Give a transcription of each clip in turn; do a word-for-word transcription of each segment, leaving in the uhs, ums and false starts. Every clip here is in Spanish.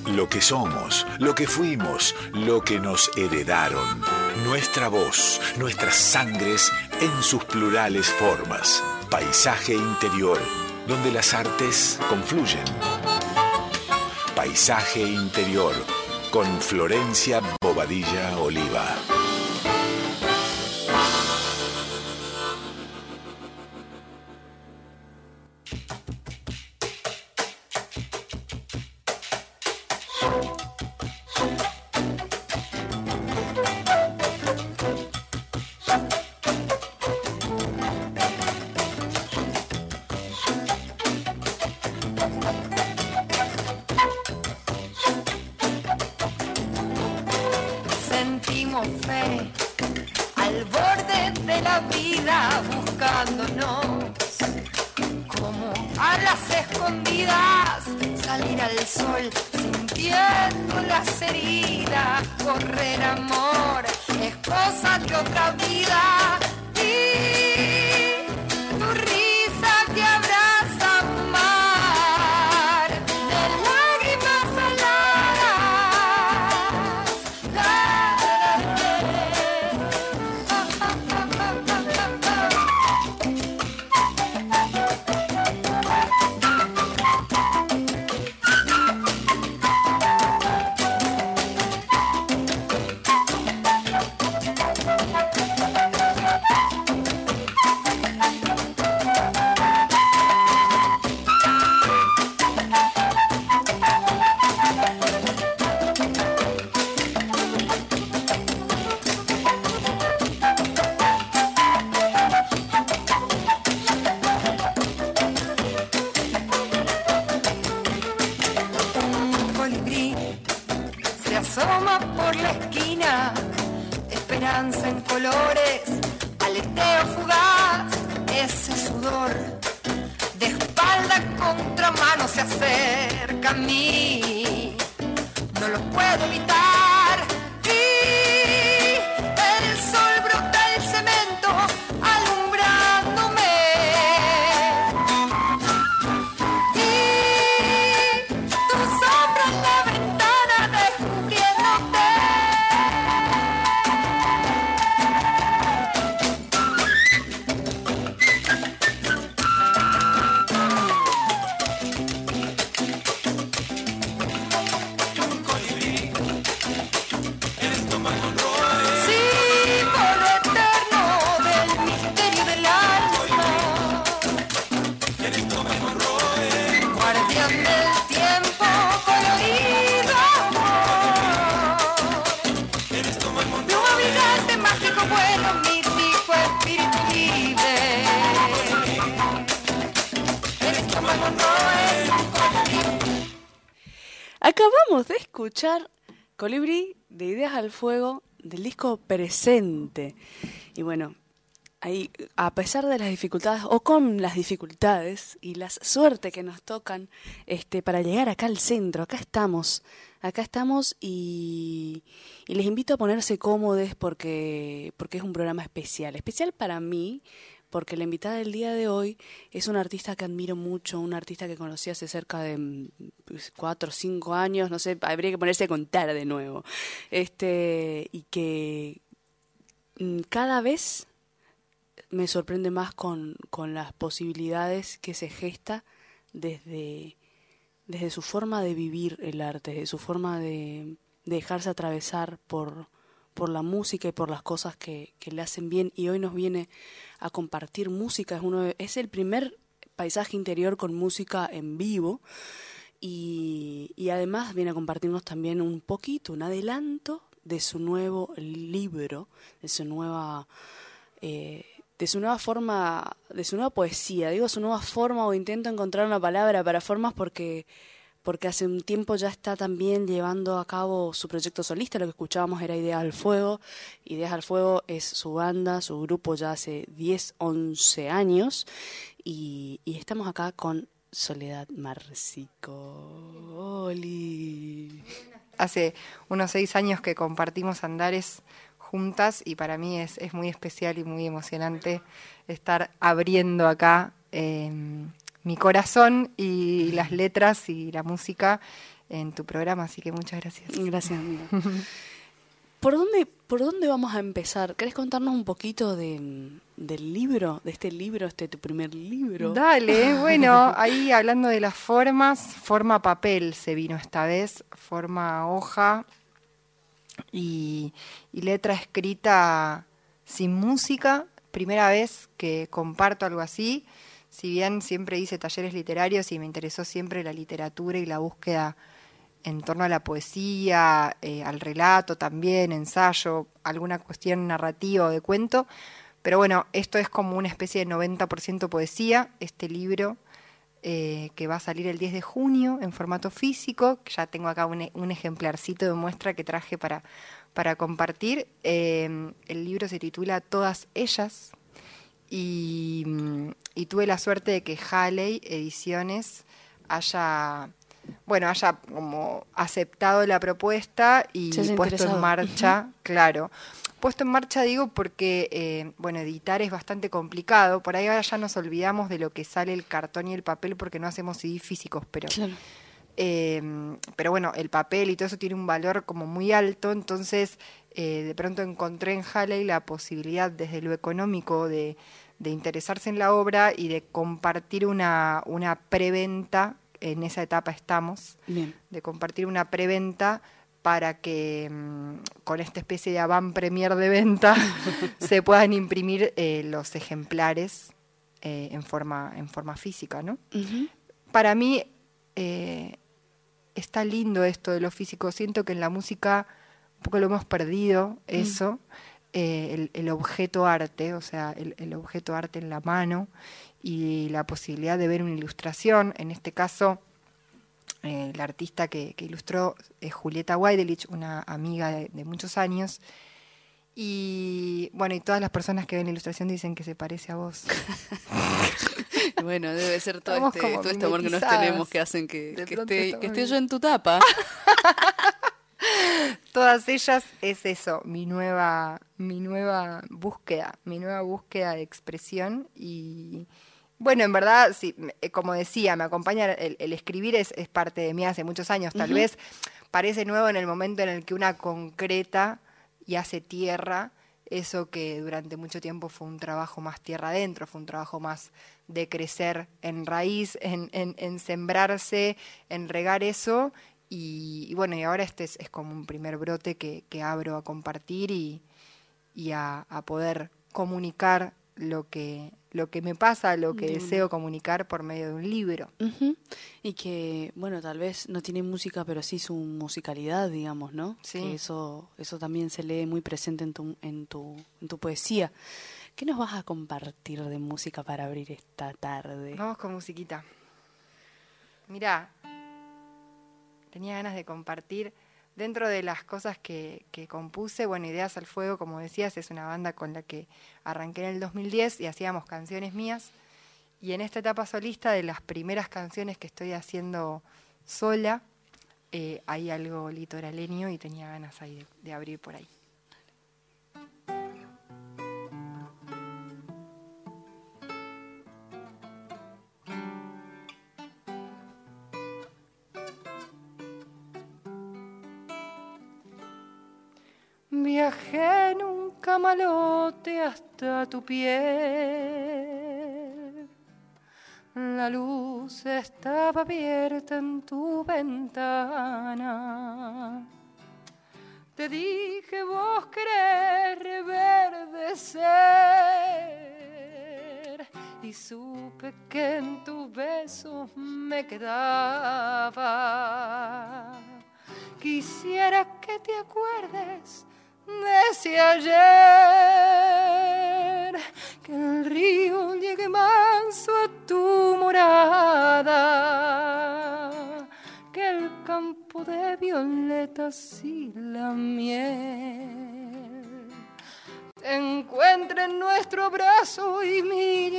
Lo que somos, lo que fuimos, lo que nos heredaron. Nuestra voz, nuestras sangres en sus plurales formas. Paisaje interior, donde las artes confluyen. Paisaje interior, con Florencia Bobadilla Oliva. Acabamos de escuchar Colibrí de Ideas al Fuego del disco Presente. Y bueno, ahí, a pesar de las dificultades, o con las dificultades y la suerte que nos tocan este, para llegar acá al centro, acá estamos, acá estamos y, y les invito a ponerse cómodos porque, porque es un programa especial, especial para mí, porque la invitada del día de hoy es una artista que admiro mucho, una artista que conocí hace cerca de pues, cuatro o cinco años, no sé, habría que ponerse a contar de nuevo, este y que cada vez me sorprende más con, con las posibilidades que se gesta desde, desde su forma de vivir el arte, desde su forma de, de dejarse atravesar por, por la música y por las cosas que, que le hacen bien, y hoy nos viene a compartir música. Es, uno de, es el primer paisaje interior con música en vivo y, y además viene a compartirnos también un poquito, un adelanto de su nuevo libro, de su nueva... Eh, de su nueva forma, de su nueva poesía, digo su nueva forma o intento encontrar una palabra para formas porque, porque hace un tiempo ya está también llevando a cabo su proyecto solista. Lo que escuchábamos era Ideas al Fuego. Ideas al Fuego es su banda, su grupo ya hace diez, once años y, y estamos acá con Soledad Marsico. Oli. Hace unos seis años que compartimos andares juntas y para mí es, es muy especial y muy emocionante estar abriendo acá eh, mi corazón y las letras y la música en tu programa, así que muchas gracias. Gracias, amiga. ¿Por dónde, ¿Por dónde vamos a empezar? ¿Querés contarnos un poquito de, del libro, de este libro, este tu primer libro? Dale, bueno, ahí hablando de las formas, forma papel se vino esta vez, forma hoja y, y letra escrita sin música. Primera vez que comparto algo así, si bien siempre hice talleres literarios y me interesó siempre la literatura y la búsqueda en torno a la poesía, eh, al relato también, ensayo, alguna cuestión narrativa o de cuento. Pero bueno, esto es como una especie de noventa por ciento poesía, este libro eh, que va a salir el diez de junio en formato físico, que ya tengo acá un, un ejemplarcito de muestra que traje para, para compartir. Eh, el libro se titula Todas ellas y, y tuve la suerte de que Halley Ediciones haya... bueno, haya como aceptado la propuesta y puesto en marcha, uh-huh. claro. Puesto en marcha digo porque, eh, bueno, editar es bastante complicado. Por ahí ahora ya nos olvidamos de lo que sale el cartón y el papel porque no hacemos C Ds físicos, pero... Claro. Eh, pero bueno, el papel y todo eso tiene un valor como muy alto, entonces eh, de pronto encontré en Halley la posibilidad desde lo económico de, de interesarse en la obra y de compartir una, una preventa. En esa etapa estamos, Bien. de compartir una preventa para que mmm, con esta especie de avant premier de venta se puedan imprimir eh, los ejemplares eh, en forma en forma física, ¿no? Uh-huh. Para mí eh, está lindo esto de lo físico. Siento que en la música un poco lo hemos perdido, eso, uh-huh. eh, el, el objeto arte, o sea, el, el objeto arte en la mano, y la posibilidad de ver una ilustración. En este caso, eh, la artista que, que ilustró es Julieta Weidelich, una amiga de, de muchos años, y bueno, y todas las personas que ven la ilustración dicen que se parece a vos. Bueno, debe ser todo este, todo este amor que nos tenemos que hacen que, que, esté, que esté yo en tu tapa. Todas ellas es eso, mi nueva, mi nueva búsqueda, mi nueva búsqueda de expresión. Y bueno, en verdad, sí, como decía, me acompaña el, el escribir, es, es parte de mí hace muchos años. Tal uh-huh. vez parece nuevo en el momento en el que una concreta y hace tierra eso que durante mucho tiempo fue un trabajo más tierra adentro, fue un trabajo más de crecer en raíz, en, en, en sembrarse, en regar eso. Y, y bueno, y ahora este es, es como un primer brote que, que abro a compartir y, y a, a poder comunicar lo que, lo que me pasa, lo que de deseo una. comunicar por medio de un libro. Uh-huh. Y que, bueno, tal vez no tiene música, pero sí su musicalidad, digamos, ¿no? Sí. Que eso, eso también se lee muy presente en tu, en tu, en tu poesía. ¿Qué nos vas a compartir de música para abrir esta tarde? Vamos con musiquita. Mirá, tenía ganas de compartir dentro de las cosas que, que compuse. Bueno, Ideas al Fuego, como decías, es una banda con la que arranqué en el dos mil diez y hacíamos canciones mías. Y en esta etapa solista, de las primeras canciones que estoy haciendo sola, eh, hay algo litoraleño y tenía ganas ahí de, de abrir por ahí. Viajé en un camalote hasta tu piel. La luz estaba abierta en tu ventana. Te dije, vos querés reverdecer. Y supe que en tus besos me quedaba. Quisiera que te acuerdes de ese ayer, que el río llegue manso a tu morada, que el campo de violetas y la miel te encuentre en nuestro abrazo y mi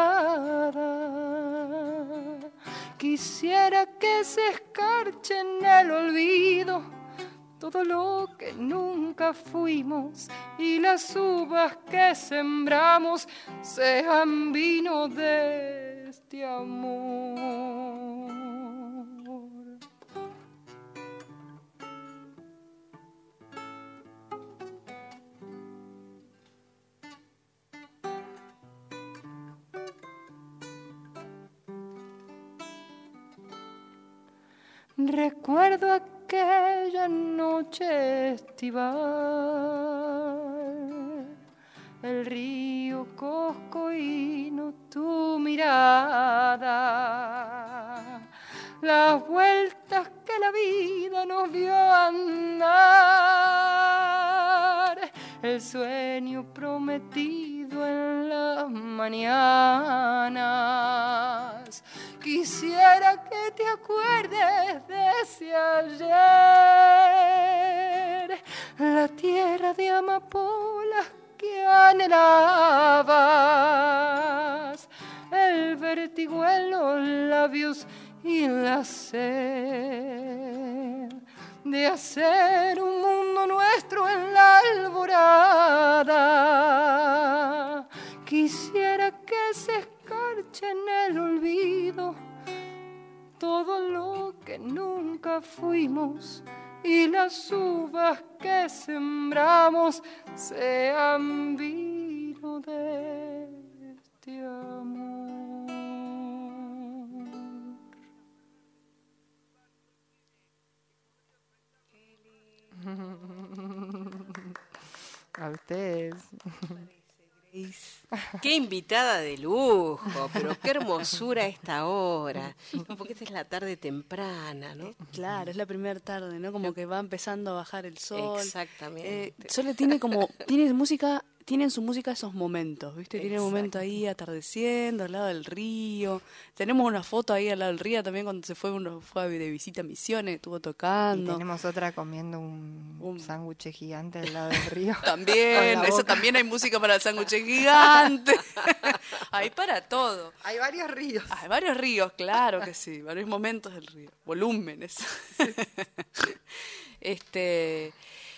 llegada. Quisiera que se escarche en el olvido todo lo que nunca fuimos y las uvas que sembramos sean vino de este amor. Recuerdo aquella noche estival, el río coscoíno, tu mirada, las vueltas que la vida nos vio andar, el sueño prometido en las mañanas. Quisiera que te acuerdes de ese ayer, la tierra de amapolas que anhelabas, el vértigo en los labios y la sed de hacer un mundo nuestro en la alborada. Quisiera que se escarche en el olvido todo lo que nunca fuimos y las uvas que sembramos sean vino de este amor. A ustedes. Qué invitada de lujo, pero qué hermosura esta hora, porque esta es la tarde temprana, ¿no? Claro, es la primera tarde, ¿no? Como que va empezando a bajar el sol. Exactamente. Eh, Sole tiene como, tiene música, tienen su música esos momentos, ¿viste? Tiene un momento ahí atardeciendo al lado del río. Tenemos una foto ahí al lado del río también cuando se fue uno fue de visita a Misiones, estuvo tocando. Y tenemos otra comiendo un, un sándwich gigante al lado del río. También, eso también hay música para el sándwich gigante. Hay para todo. Hay varios ríos. Hay varios ríos, claro que sí, varios momentos del río, volúmenes. este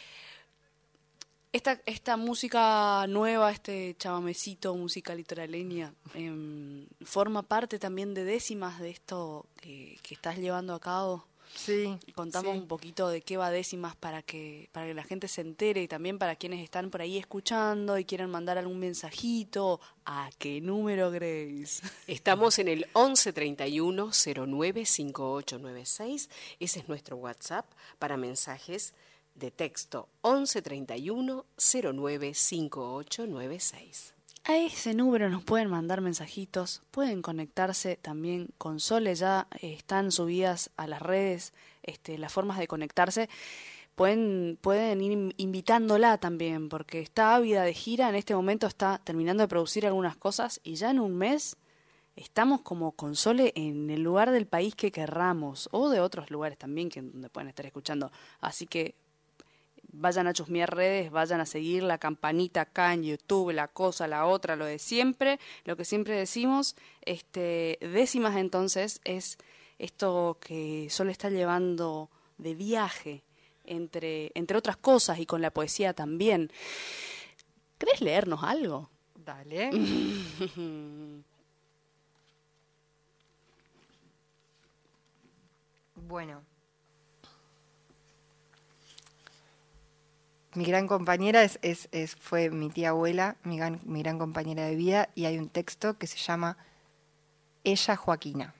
Esta, esta música nueva, este chamamecito, música litoraleña, eh, forma parte también de décimas de esto que, que estás llevando a cabo. Sí. Contamos sí. un poquito de qué va décimas para que para que la gente se entere y también para quienes están por ahí escuchando y quieren mandar algún mensajito. ¿A qué número, Grace? Estamos en el once treinta y uno cero nueve cincuenta y ocho noventa y seis. Ese es nuestro WhatsApp para mensajes de texto once treinta y uno cero nueve cincuenta y ocho noventa y seis. A ese número nos pueden mandar mensajitos, pueden conectarse también con Sole, ya están subidas a las redes este, las formas de conectarse. Pueden, pueden ir invitándola también, porque está ávida de gira, en este momento está terminando de producir algunas cosas y ya en un mes estamos como con Sole en el lugar del país que querramos, o de otros lugares también que donde pueden estar escuchando. Así que vayan a chusmear redes, vayan a seguir la campanita acá en YouTube, la cosa, la otra, lo de siempre, lo que siempre decimos. Este, décimas entonces es esto que Sole está llevando de viaje, entre, entre otras cosas, y con la poesía también. ¿Querés leernos algo? Dale. Bueno. Mi gran compañera es, es, es, fue mi tía abuela, mi gran, mi gran compañera de vida, y hay un texto que se llama Ella Joaquina.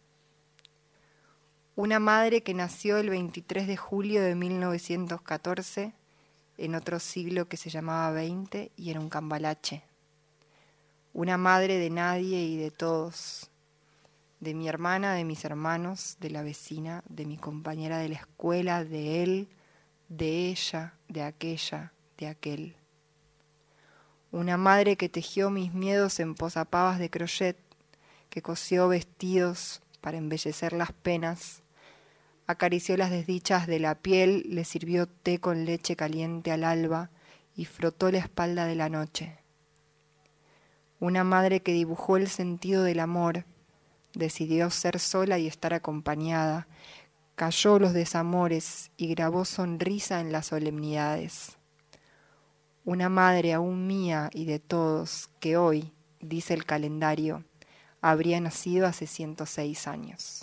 Una madre que nació el veintitrés de julio de mil novecientos catorce, en otro siglo que se llamaba veinte, y era un cambalache. Una madre de nadie y de todos, de mi hermana, de mis hermanos, de la vecina, de mi compañera de la escuela, de él, de ella, de aquella, de aquel. Una madre que tejió mis miedos en posapavas de crochet, que cosió vestidos para embellecer las penas, acarició las desdichas de la piel, le sirvió té con leche caliente al alba y frotó la espalda de la noche. Una madre que dibujó el sentido del amor, decidió ser sola y estar acompañada, calló los desamores y grabó sonrisa en las solemnidades. Una madre aún mía y de todos que hoy, dice el calendario, habría nacido hace ciento seis años.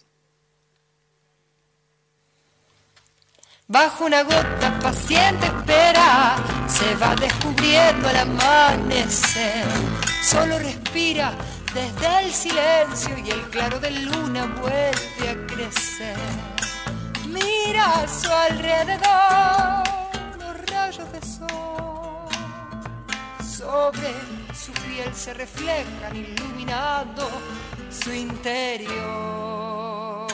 Bajo una gota paciente espera, se va descubriendo al amanecer. Solo respira desde el silencio y el claro de luna vuelve a crecer. mira a su alrededor, los rayos de sol sobre su piel se reflejan iluminando su interior.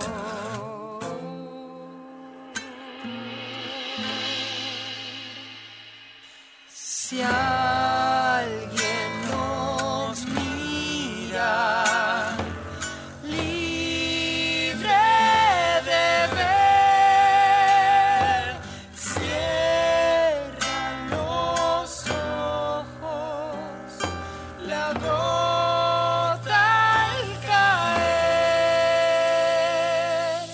Si alguien nos mira, libre de ver, cierra los ojos, la gota al caer.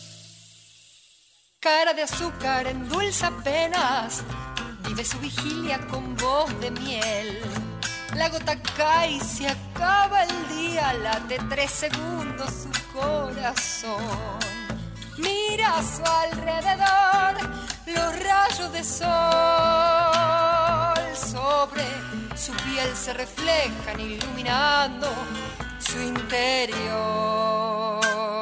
Cara de azúcar endulza apenas, vive su vigilia con voz de miel. La gota cae y se acaba el día, late tres segundos su corazón. Mira a su alrededor, los rayos de sol sobre su piel se reflejan iluminando su interior.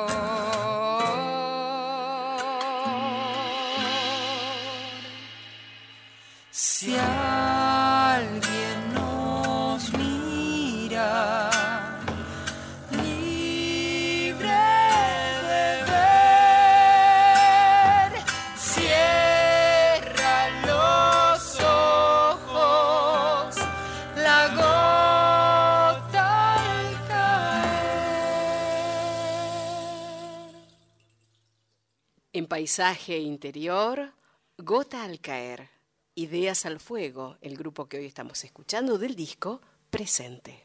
Si alguien nos mira, libre de ver, cierra los ojos, la gota al caer. En Paisaje Interior, Gota al Caer. Ideas al Fuego, el grupo que hoy estamos escuchando del disco Presente.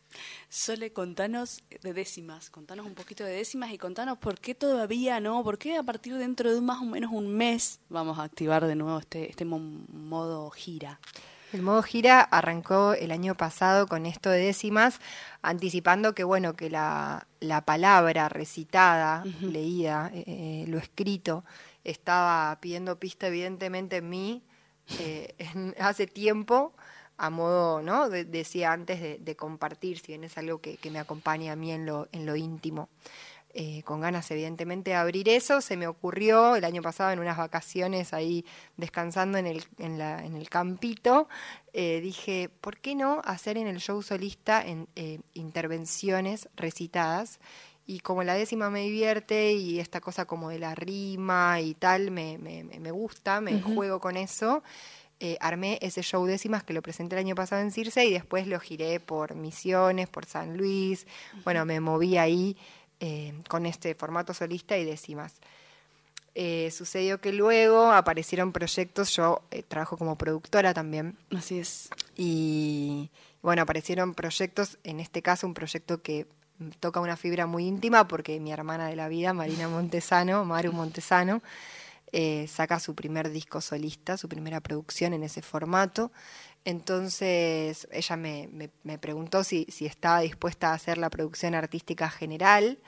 Sole, contanos de décimas, contanos un poquito de décimas y contanos por qué todavía no, por qué a partir de dentro de más o menos un mes vamos a activar de nuevo este, este mo- modo gira. El modo gira arrancó el año pasado con esto de décimas, anticipando que bueno que la, la palabra recitada, uh-huh. leída, eh, lo escrito, estaba pidiendo pista evidentemente en mí. Eh, en, hace tiempo, a modo, ¿no? De, decía antes de, de compartir, si bien es algo que, que me acompaña a mí en lo, en lo íntimo. Eh, con ganas, evidentemente, de abrir eso, se me ocurrió el año pasado en unas vacaciones ahí descansando en el, en la, en el campito, eh, dije, ¿por qué no hacer en el show solista en, eh, intervenciones recitadas? Y como la décima me divierte y esta cosa como de la rima y tal, me, me, me gusta, me uh-huh. juego con eso, eh, armé ese show décimas que lo presenté el año pasado en Circe y después lo giré por Misiones, por San Luis. Uh-huh. Bueno, me moví ahí eh, con este formato solista y décimas. Eh, sucedió que luego aparecieron proyectos, yo eh, trabajo como productora también. Así es. Y bueno, aparecieron proyectos, en este caso un proyecto que toca una fibra muy íntima porque mi hermana de la vida, Marina Montesano, Maru Montesano, eh, saca su primer disco solista, su primera producción en ese formato. Entonces ella me, me, me preguntó si, si estaba dispuesta a hacer la producción artística general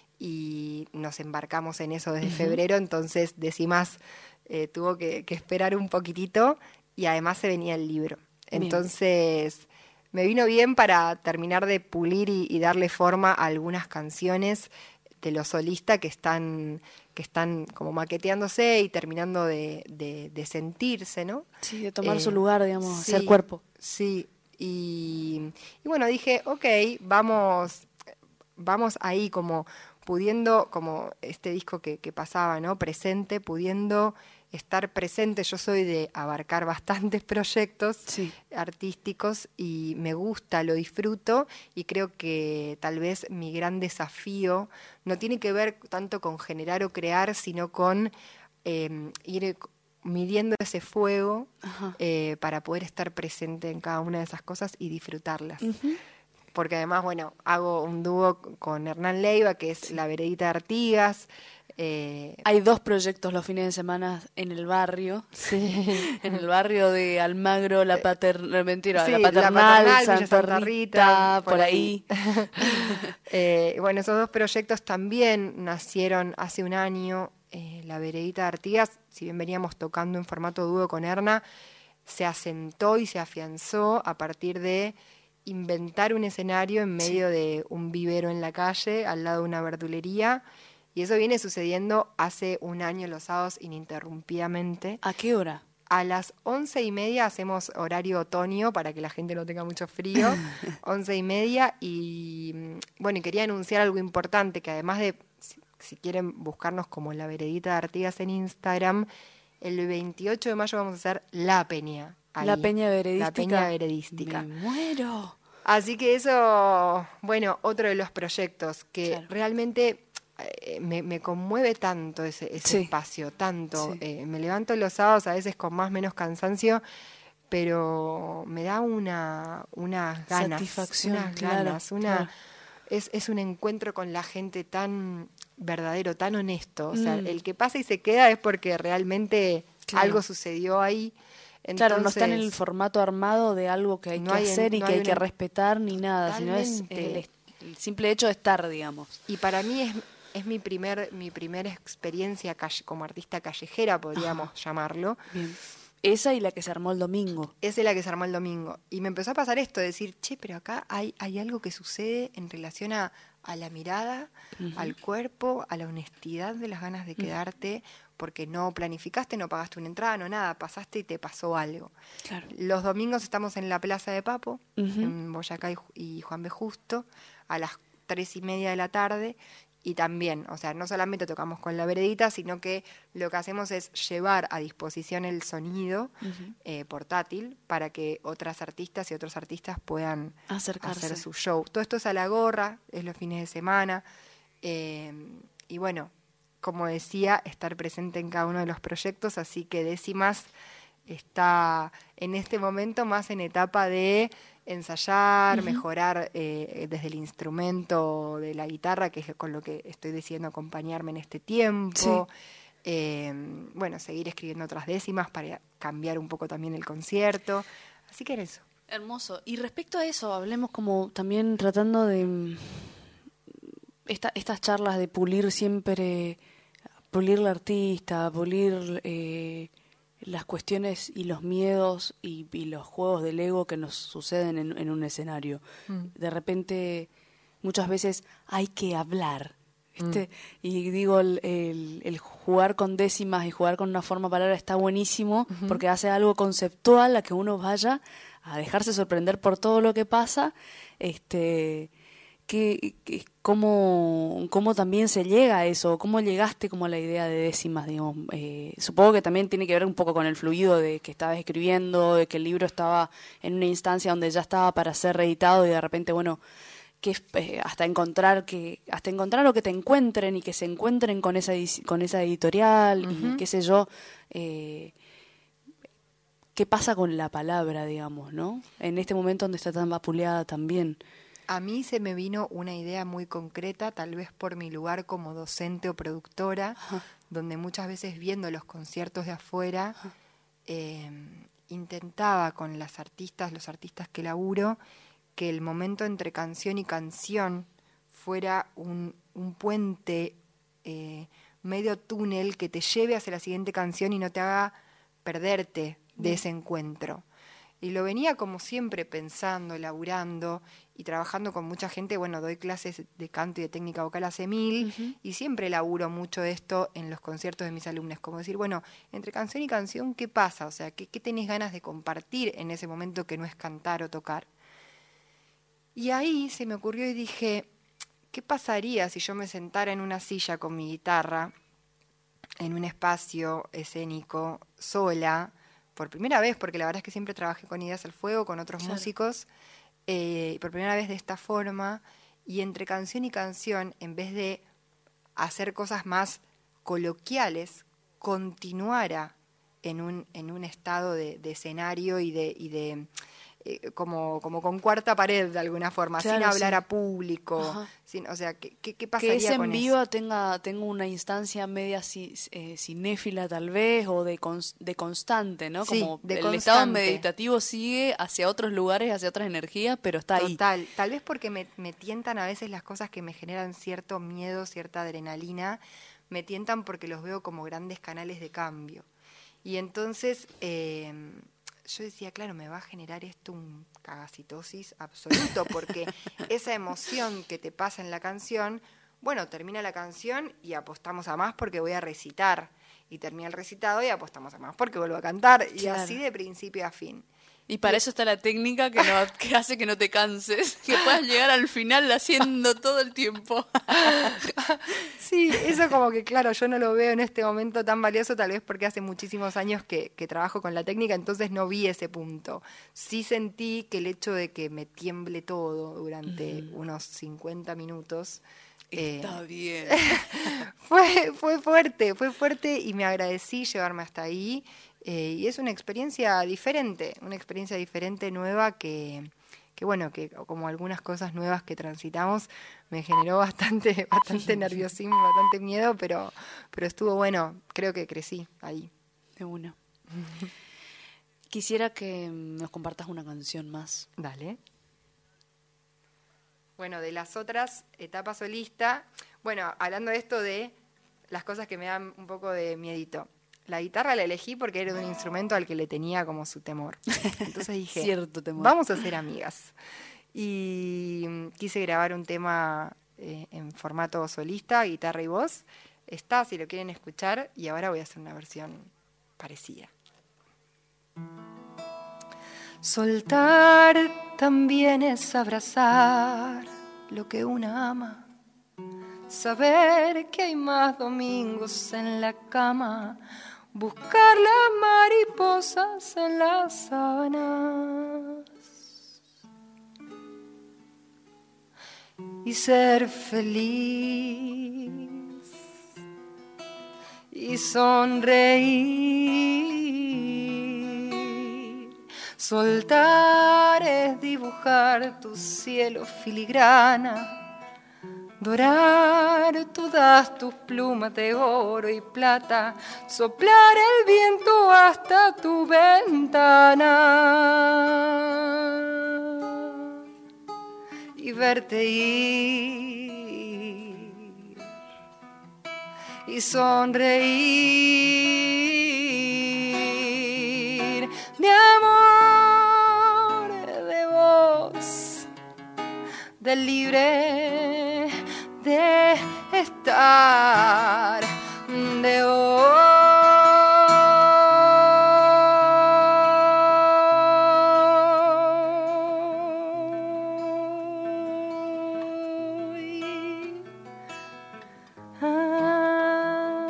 y nos embarcamos en eso desde uh-huh. febrero, entonces Décimas eh, tuvo que, que esperar un poquitito y además se venía el libro. Entonces... Bien. Me vino bien para terminar de pulir y, y darle forma a algunas canciones de los solistas que están, que están como maqueteándose y terminando de, de, de sentirse, ¿no? Sí, de tomar eh, su lugar, digamos, sí, ser cuerpo. Sí, y, y bueno, dije, ok, vamos, vamos ahí como pudiendo, como este disco que, que pasaba, ¿no? Presente, pudiendo... estar presente. Yo soy de abarcar bastantes proyectos sí. artísticos y me gusta, lo disfruto y creo que tal vez mi gran desafío no tiene que ver tanto con generar o crear, sino con eh, ir midiendo ese fuego eh, para poder estar presente en cada una de esas cosas y disfrutarlas. Uh-huh. Porque además, bueno, hago un dúo con Hernán Leiva, que es sí. La Veredita de Artigas. Eh, Hay dos proyectos los fines de semana en el barrio. Sí. En el barrio de Almagro, la paternal, mentira, sí, la paternal, la paternal Santa, Santa Rita, Rita, por, por ahí. ahí. eh, bueno, esos dos proyectos también nacieron hace un año. Eh, la Veredita de Artigas, si bien veníamos tocando en formato dúo con Erna, se asentó y se afianzó a partir de inventar un escenario en medio sí. de un vivero en la calle, al lado de una verdulería, Y eso viene sucediendo hace un año los sábados ininterrumpidamente. ¿A qué hora? A las once y media hacemos horario otoño para que la gente no tenga mucho frío. Once y media y bueno, y quería anunciar algo importante, que además de, si, si quieren buscarnos como La Veredita de Artigas en Instagram, el veintiocho de mayo vamos a hacer La Peña. Ahí, la Peña Veredística. La Peña Veredística. Me muero. Así que eso, bueno, otro de los proyectos que Claro. realmente eh, me, me conmueve tanto ese, ese Sí. espacio, tanto. Sí. Eh, me levanto los sábados a veces con más o menos cansancio, pero me da una unas ganas, Satisfacción, unas claro, ganas, una claro. es, es un encuentro con la gente tan verdadero, tan honesto. O sea, Mm. el que pasa y se queda es porque realmente Claro. algo sucedió ahí. Claro, no está en el Entonces, formato armado de algo que hay no que hay en- hacer y no que hay hay que una- respetar ni nada, sino es Totalmente. el, est- el simple hecho de estar, digamos. Y para mí es, es mi primer mi primera experiencia calle- como artista callejera, podríamos llamarlo. Bien. Esa y la que se armó el domingo. Esa es la que se armó el domingo. Y me empezó a pasar esto, de decir, che, pero acá hay, hay algo que sucede en relación a, a la mirada, al cuerpo, a la honestidad de las ganas de quedarte, porque no planificaste, no pagaste una entrada, no nada, pasaste y te pasó algo. Claro. Los domingos estamos en la Plaza de Papo, Ujú. en Boyacá y, Ju- y Juan B. Justo, a las tres y media de la tarde. Y también, o sea, no solamente tocamos con La Veredita, sino que lo que hacemos es llevar a disposición el sonido eh, portátil para que otras artistas y otros artistas puedan Acercarse. hacer su show. Todo esto es a la gorra, es los fines de semana. eh, y bueno, como decía, estar presente en cada uno de los proyectos, así que Décimas está en este momento más en etapa de ensayar, mejorar eh, desde el instrumento de la guitarra, que es con lo que estoy decidiendo acompañarme en este tiempo. Eh, bueno, seguir escribiendo otras décimas para cambiar un poco también el concierto. Así que en eso. Hermoso. Y respecto a eso, hablemos como también tratando de mm, esta, estas charlas de pulir siempre, pulir la artista, pulir eh, las cuestiones y los miedos y, y los juegos del ego que nos suceden en, en un escenario. De repente, muchas veces hay que hablar. ¿Viste? Y digo, el, el, el jugar con décimas y jugar con una forma palabra está buenísimo porque hace algo conceptual a que uno vaya a dejarse sorprender por todo lo que pasa. Este, que, que cómo, cómo también se llega a eso, cómo llegaste como a la idea de décimas, digamos. Eh, supongo que también tiene que ver un poco con el fluido de que estabas escribiendo, de que el libro estaba en una instancia donde ya estaba para ser reeditado y de repente, bueno, que eh, hasta encontrar que hasta encontrar o que te encuentren y que se encuentren con esa edi- con esa editorial y qué sé yo, eh, qué pasa con la palabra, digamos, ¿no? En este momento donde está tan vapuleada también. A mí se me vino una idea muy concreta, tal vez por mi lugar como docente o productora, Ajá. donde muchas veces viendo los conciertos de afuera, eh, intentaba con las artistas, los artistas que laburo, que el momento entre canción y canción fuera un, un puente, eh, medio túnel que te lleve hacia la siguiente canción y no te haga perderte de ese encuentro. Y lo venía como siempre pensando, laburando y trabajando con mucha gente. Bueno, doy clases de canto y de técnica vocal hace mil Ujú. y siempre laburo mucho esto en los conciertos de mis alumnos. Como decir, bueno, entre canción y canción, ¿qué pasa? O sea, ¿qué, qué tenés ganas de compartir en ese momento que no es cantar o tocar? Y ahí se me ocurrió y dije, ¿qué pasaría si yo me sentara en una silla con mi guitarra, en un espacio escénico, sola, por primera vez, porque la verdad es que siempre trabajé con Ideas al Fuego, con otros Claro. músicos, eh, por primera vez de esta forma, y entre canción y canción, en vez de hacer cosas más coloquiales, continuara en un, en un estado de, de escenario y de... Y de eh, como, como con cuarta pared de alguna forma, Claro, sin hablar sí. a público, Ajá. sin, o sea, ¿qué, qué, qué Que pasaría ese en con vivo eso? tenga, tenga una instancia media ci- eh, cinéfila tal vez o de, cons- de constante, ¿no? Sí, Como de el constante. estado meditativo sigue hacia otros lugares, hacia otras energías, pero está ahí. Total, tal vez porque me, me tientan a veces las cosas que me generan cierto miedo, cierta adrenalina, me tientan porque los veo como grandes canales de cambio. Y entonces eh, yo decía, claro, me va a generar esto un cagacitosis absoluto, porque esa emoción que te pasa en la canción, bueno, termina la canción y apostamos a más porque voy a recitar. Y termina el recitado y apostamos a más porque vuelvo a cantar. Y Claro. así de principio a fin. Y para eso está la técnica que, no, que hace que no te canses, que puedas llegar al final haciendo todo el tiempo. Sí, eso como que claro, yo no lo veo en este momento tan valioso, tal vez porque hace muchísimos años que, que trabajo con la técnica, entonces no vi ese punto. Sí sentí que el hecho de que me tiemble todo durante mm. unos cincuenta minutos... Está eh, bien. fue, fue fuerte, fue fuerte y me agradecí llevarme hasta ahí. Eh, y es una experiencia diferente, una experiencia diferente, nueva, que, que bueno, que como algunas cosas nuevas que transitamos, me generó bastante, bastante nerviosismo, bastante miedo, pero, pero estuvo bueno, creo que crecí ahí. De una. Quisiera que nos compartas una canción más. Dale. Bueno, de las otras etapas solista, bueno, hablando de esto de las cosas que me dan un poco de miedito. La guitarra la elegí porque era un instrumento al que le tenía como su temor. Entonces dije, Cierto temor. Vamos a ser amigas. Y quise grabar un tema eh, en formato solista, guitarra y voz. Está, si lo quieren escuchar, y ahora voy a hacer una versión parecida. Soltar también es abrazar lo que una ama. Saber que hay más domingos en la cama. Buscar las mariposas en las sábanas. Y ser feliz. Y sonreír. Soltar es dibujar tu cielo filigrana. Dorar todas tus plumas de oro y plata, soplar el viento hasta tu ventana y verte ir y sonreír de amor, de voz, de libre de estar, de hoy. Ah.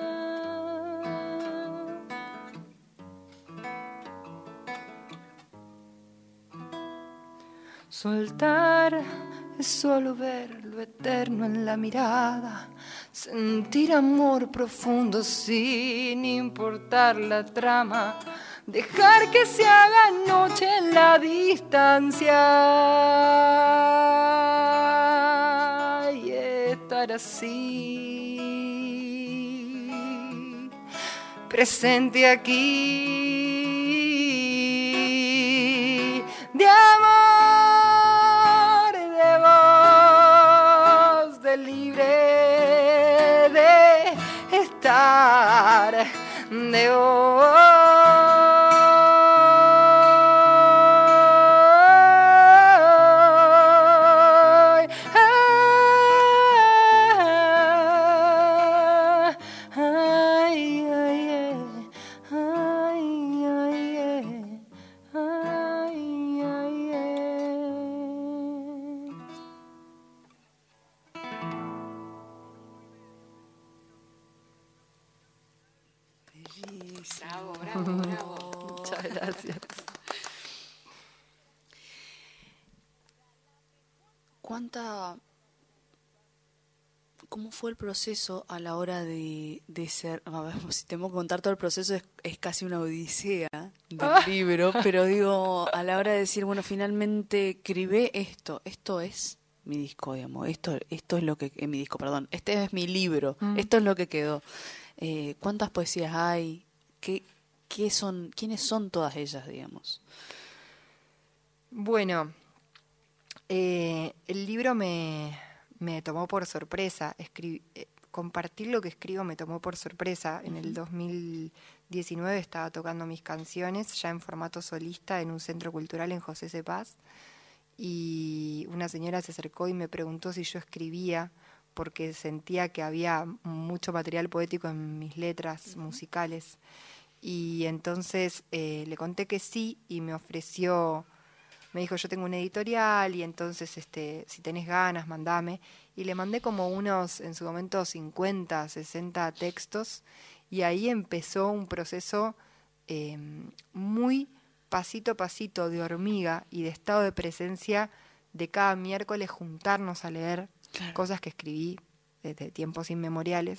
Soltar es solo ver lo eterno en la mirada, sentir amor profundo sin importar la trama, dejar que se haga noche en la distancia y estar así, presente aquí, de amor. Libre de estar, de hoy. Ay, ay, ay, ay, ay, ay, ay, ay. Bravo, bravo, bravo. Muchas gracias. ¿Cuánta... ¿Cómo fue el proceso a la hora de, de ser... A ver, si tengo que contar todo el proceso, es, es casi una odisea del Ah. libro, pero digo, a la hora de decir, bueno, finalmente escribí esto, esto es mi disco, digamos, esto, esto es lo que... Eh, mi disco, perdón, este es mi libro, Mm. esto es lo que quedó. Eh, ¿Cuántas poesías hay? ¿Qué, qué son, ¿Quiénes son todas ellas, digamos? Bueno, eh, el libro me, me tomó por sorpresa. Escri- eh, compartir lo que escribo me tomó por sorpresa. En el dos mil diecinueve estaba tocando mis canciones ya en formato solista en un centro cultural en José C. Paz. Y una señora se acercó y me preguntó si yo escribía, porque sentía que había mucho material poético en mis letras Uh-huh. musicales. Y entonces eh, le conté que sí y me ofreció, me dijo, yo tengo una editorial y entonces este, si tenés ganas, mandame. Y le mandé como unos, en su momento, cincuenta, sesenta textos, y ahí empezó un proceso eh, muy pasito a pasito de hormiga y de estado de presencia, de cada miércoles juntarnos a leer Claro. cosas que escribí desde tiempos inmemoriales.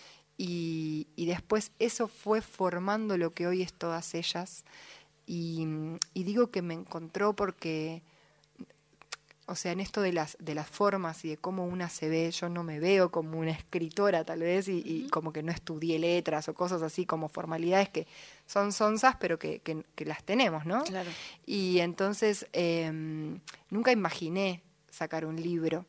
Y, y después eso fue formando lo que hoy es Todas Ellas. Y, y digo que me encontró porque, o sea, en esto de las, de las formas y de cómo una se ve, yo no me veo como una escritora tal vez, y, y como que no estudié letras o cosas así, como formalidades que son sonzas, pero que, que, que las tenemos, ¿no? Claro. Y entonces eh, nunca imaginé sacar un libro.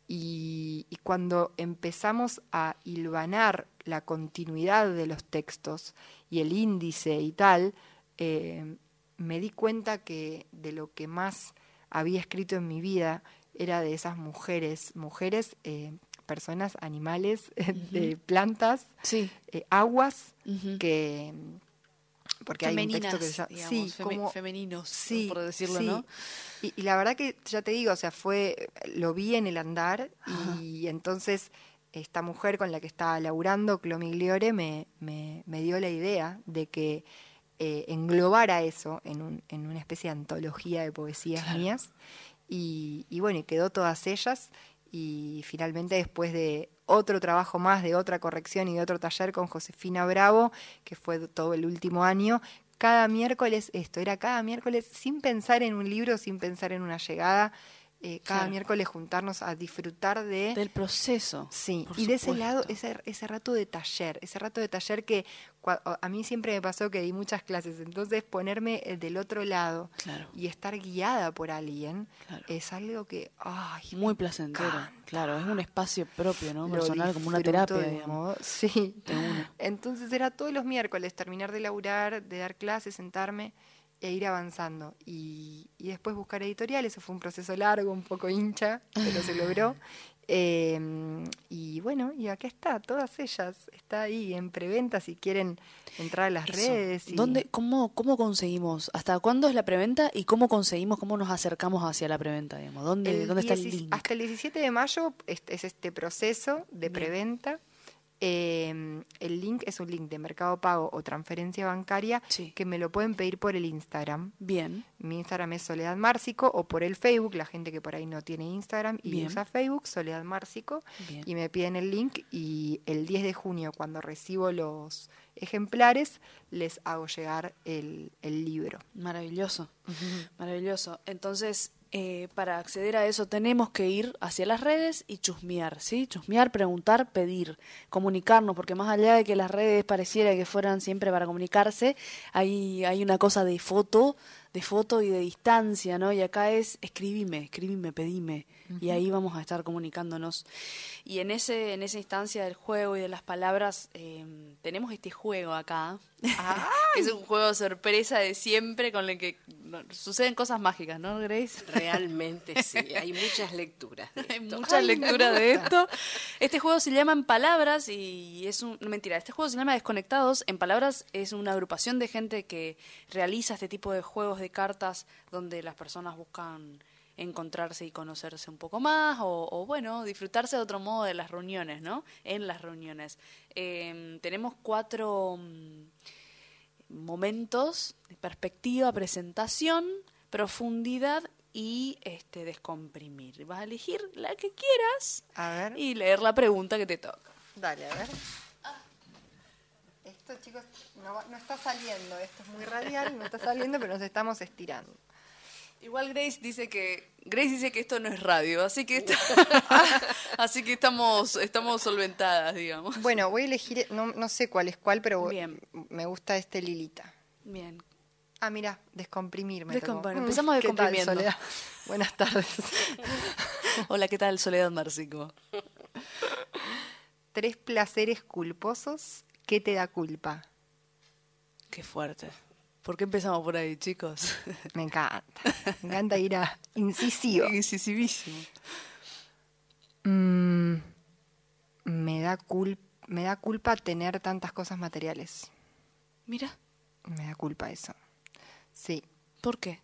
Y, y cuando empezamos a hilvanar la continuidad de los textos y el índice y tal, eh, me di cuenta que de lo que más había escrito en mi vida era de esas mujeres, mujeres, eh, personas, animales, uh-huh. eh, plantas, sí. eh, aguas, uh-huh. que... porque femeninas, hay un texto que se llama, digamos, sí, femi- como, femeninos, sí, por decirlo, sí. ¿no? Y, y la verdad que, ya te digo, o sea, fue, lo vi en el andar. Ajá. Y entonces esta mujer con la que estaba laburando, Clomi Gliore, me, me, me dio la idea de que eh, englobara eso en, un, en una especie de antología de poesías claro. mías. Y, y bueno, y quedó Todas Ellas. Y finalmente, después de otro trabajo más, de otra corrección y de otro taller con Josefina Bravo, que fue todo el último año, cada miércoles, esto era cada miércoles, sin pensar en un libro, sin pensar en una llegada, eh, cada claro. miércoles juntarnos a disfrutar de... del proceso. Sí, por y de supuesto. ese lado, ese, ese rato de taller, ese rato de taller que a mí siempre me pasó que di muchas clases, entonces ponerme del otro lado claro. y estar guiada por alguien claro. es algo que... Ay, muy placentero, encanta. Claro, es un espacio propio, ¿no? Lo Personal, como una terapia, de digamos. modo, sí. De una. Entonces era todos los miércoles terminar de laburar, de dar clases, sentarme e ir avanzando. Y, y después buscar editoriales, eso fue un proceso largo, un poco hincha, pero se logró. Eh, y bueno, y acá está, Todas Ellas, está ahí en preventa si quieren entrar a las Eso. redes. Y... ¿Dónde, cómo, ¿Cómo conseguimos? ¿Hasta cuándo es la preventa? ¿Y cómo conseguimos, cómo nos acercamos hacia la preventa? Digamos? ¿Dónde, el ¿dónde está dieci- el link? Hasta el diecisiete de mayo es, es este proceso de Bien. preventa. Eh, el link es un link de Mercado Pago o transferencia bancaria sí. que me lo pueden pedir por el Instagram. Bien. Mi Instagram es Soledad Márcico, o por el Facebook, la gente que por ahí no tiene Instagram y Bien. usa Facebook, Soledad Márcico, Bien. y me piden el link y el diez de junio, cuando recibo los ejemplares, les hago llegar el, el libro. Maravilloso, Uh-huh. maravilloso. Entonces, eh, para acceder a eso tenemos que ir hacia las redes y chusmear, ¿sí? Chusmear, preguntar, pedir, comunicarnos, porque más allá de que las redes pareciera que fueran siempre para comunicarse, hay, hay una cosa de foto, de foto y de distancia, ¿no? Y acá es escribime, escribime, pedime, uh-huh. y ahí vamos a estar comunicándonos. Y en ese en esa instancia del juego y de las palabras, eh, tenemos este juego acá, que es un juego sorpresa de siempre con el que no, suceden cosas mágicas, ¿no, Grace? Realmente sí, hay muchas lecturas de esto. Hay muchas lecturas de esto. Este juego se llama En Palabras y es un... No, mentira, este juego se llama Desconectados. En Palabras es una agrupación de gente que realiza este tipo de juegos de cartas donde las personas buscan encontrarse y conocerse un poco más o, o bueno, disfrutarse de otro modo de las reuniones, ¿no? En las reuniones. Eh, tenemos cuatro um, momentos de perspectiva, presentación, profundidad y este descomprimir. Vas a elegir la que quieras A ver. y leer la pregunta que te toca. Dale, a ver. Esto, chicos, no, no está saliendo. Esto es muy radial, no está saliendo, pero nos estamos estirando. Igual Grace dice que Grace dice que esto no es radio, así que está, así que estamos estamos solventadas, digamos. Bueno, voy a elegir, no, no sé cuál es cuál, pero Bien. me gusta este Lilita. Bien. Ah, mira, descomprimirme. Descomprimir. Empezamos descomprimiendo. ¿Qué tal, Soledad? Buenas tardes. Hola, ¿qué tal, Soledad Márcico? Tres placeres culposos. ¿Qué te da culpa? Qué fuerte. ¿Por qué empezamos por ahí, chicos? Me encanta. Me encanta ir a incisivo. Incisivísimo. Mm, me da cul- me da culpa tener tantas cosas materiales. Mira, Me da culpa eso. Sí. ¿por qué?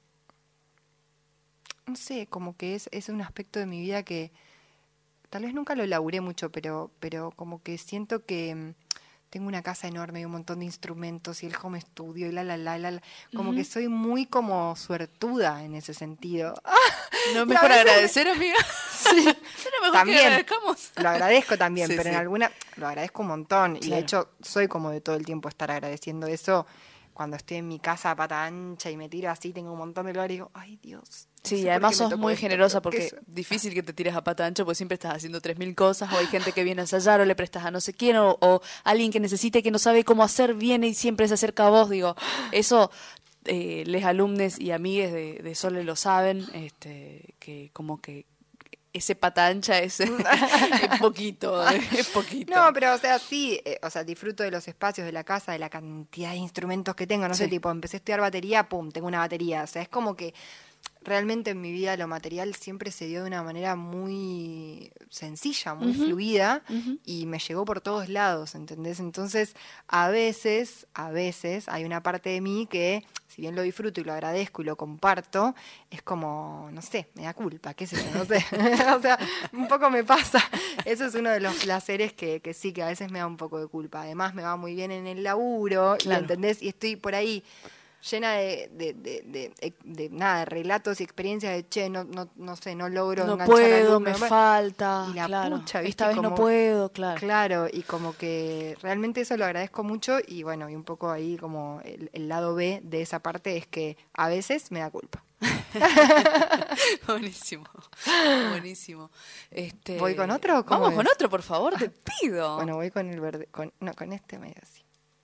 No sé, como que es, es un aspecto de mi vida que tal vez nunca lo laburé mucho, pero, pero como que siento que mm, tengo una casa enorme y un montón de instrumentos y el home studio y la, la, la, la, la. Como Ujú. que soy muy como suertuda en ese sentido. ¿No es Y a mejor veces me- agradecer, amiga? Sí, ¿No mejor también. que agradezcamos? Lo agradezco también, Sí, pero en sí. alguna lo agradezco un montón. Y de Claro. hecho soy como de todo el tiempo estar agradeciendo eso. Cuando estoy en mi casa a pata ancha y me tiro así, tengo un montón de lugar y digo, ay Dios. no Sí, sé y por además qué me sos tocó muy esto, generosa pero qué porque suerte. difícil que te tires a pata ancha porque siempre estás haciendo tres mil cosas o hay gente que viene a ensayar o le prestas a no sé quién o, o alguien que necesite que no sabe cómo hacer viene y siempre se acerca a vos. Digo, eso eh, les alumnes y amigues de, de Sole lo saben, este, que como que ese pata ancha es, es poquito, es poquito. No, pero o sea, sí, eh, o sea, disfruto de los espacios de la casa, de la cantidad de instrumentos que tengo, no sé, Sí. tipo, empecé a estudiar batería, pum, tengo una batería, o sea, es como que realmente en mi vida lo material siempre se dio de una manera muy sencilla, muy Ujú, fluida ujú. y me llegó por todos lados, ¿entendés? Entonces, a veces, a veces hay una parte de mí que, si bien lo disfruto y lo agradezco y lo comparto, es como, no sé, me da culpa, qué sé yo, no sé. O sea, un poco me pasa. Eso es uno de los placeres que, que sí, que a veces me da un poco de culpa. Además, me va muy bien en el laburo, y, Claro. ¿entendés? Y estoy por ahí llena de, de, de, de, de- de nada, de relatos y experiencias de, che, no, no, no sé, no logro No enganchar al puedo, alumno, me ¿no? falta, Y la claro. pucha, ¿viste? Esta vez no Como- puedo, claro. Claro, y como que realmente eso lo agradezco mucho y bueno, y un poco ahí como el, el lado B de esa parte es que a veces me da culpa. Buenísimo, buenísimo. Este, ¿Voy con otro o cómo Vamos con es? otro, por favor, te pido. Bueno, voy con el verde, con, no, con este medio así.